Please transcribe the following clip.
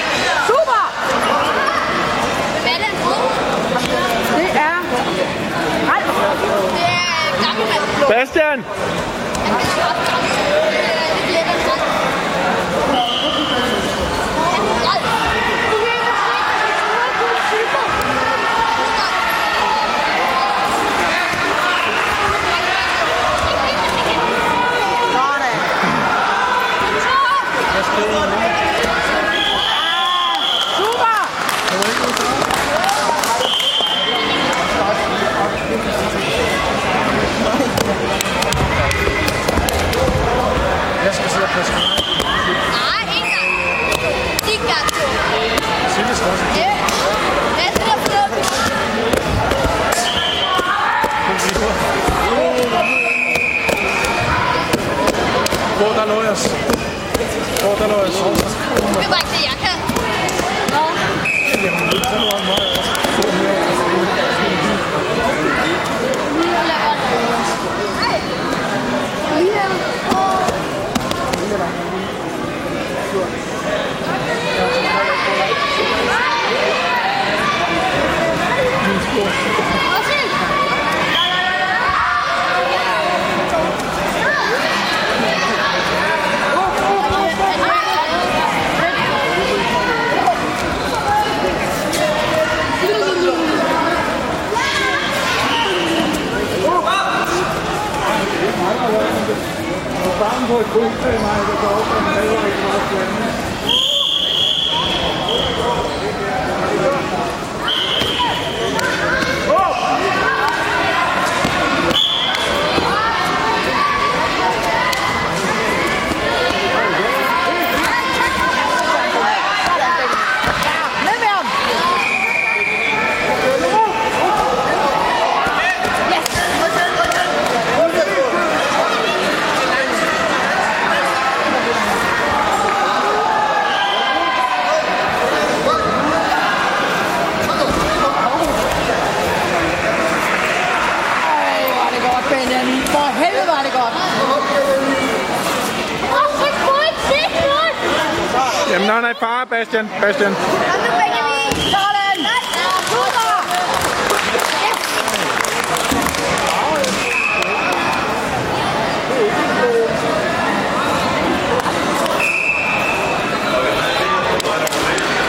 Super! Hvad er det, han troede? Det er Ralf. Det er gammel. Bastian! Han er så gammel. Det virker sådan. Jeg skal sidde og passe mig. Nej, ikke engang. De gør det. Silje skal også. Ja. Hvad er det der flot? Hvor der lå jeg? Hvor der lå jeg? Det var ikke det, jeg kan. Nå. Jamen, så lå jeg meget også. Bange på et kryds til mig, der går op og en halvår i meget. For helvede var det godt. Jamen, nej, far, Bastian. Sådan.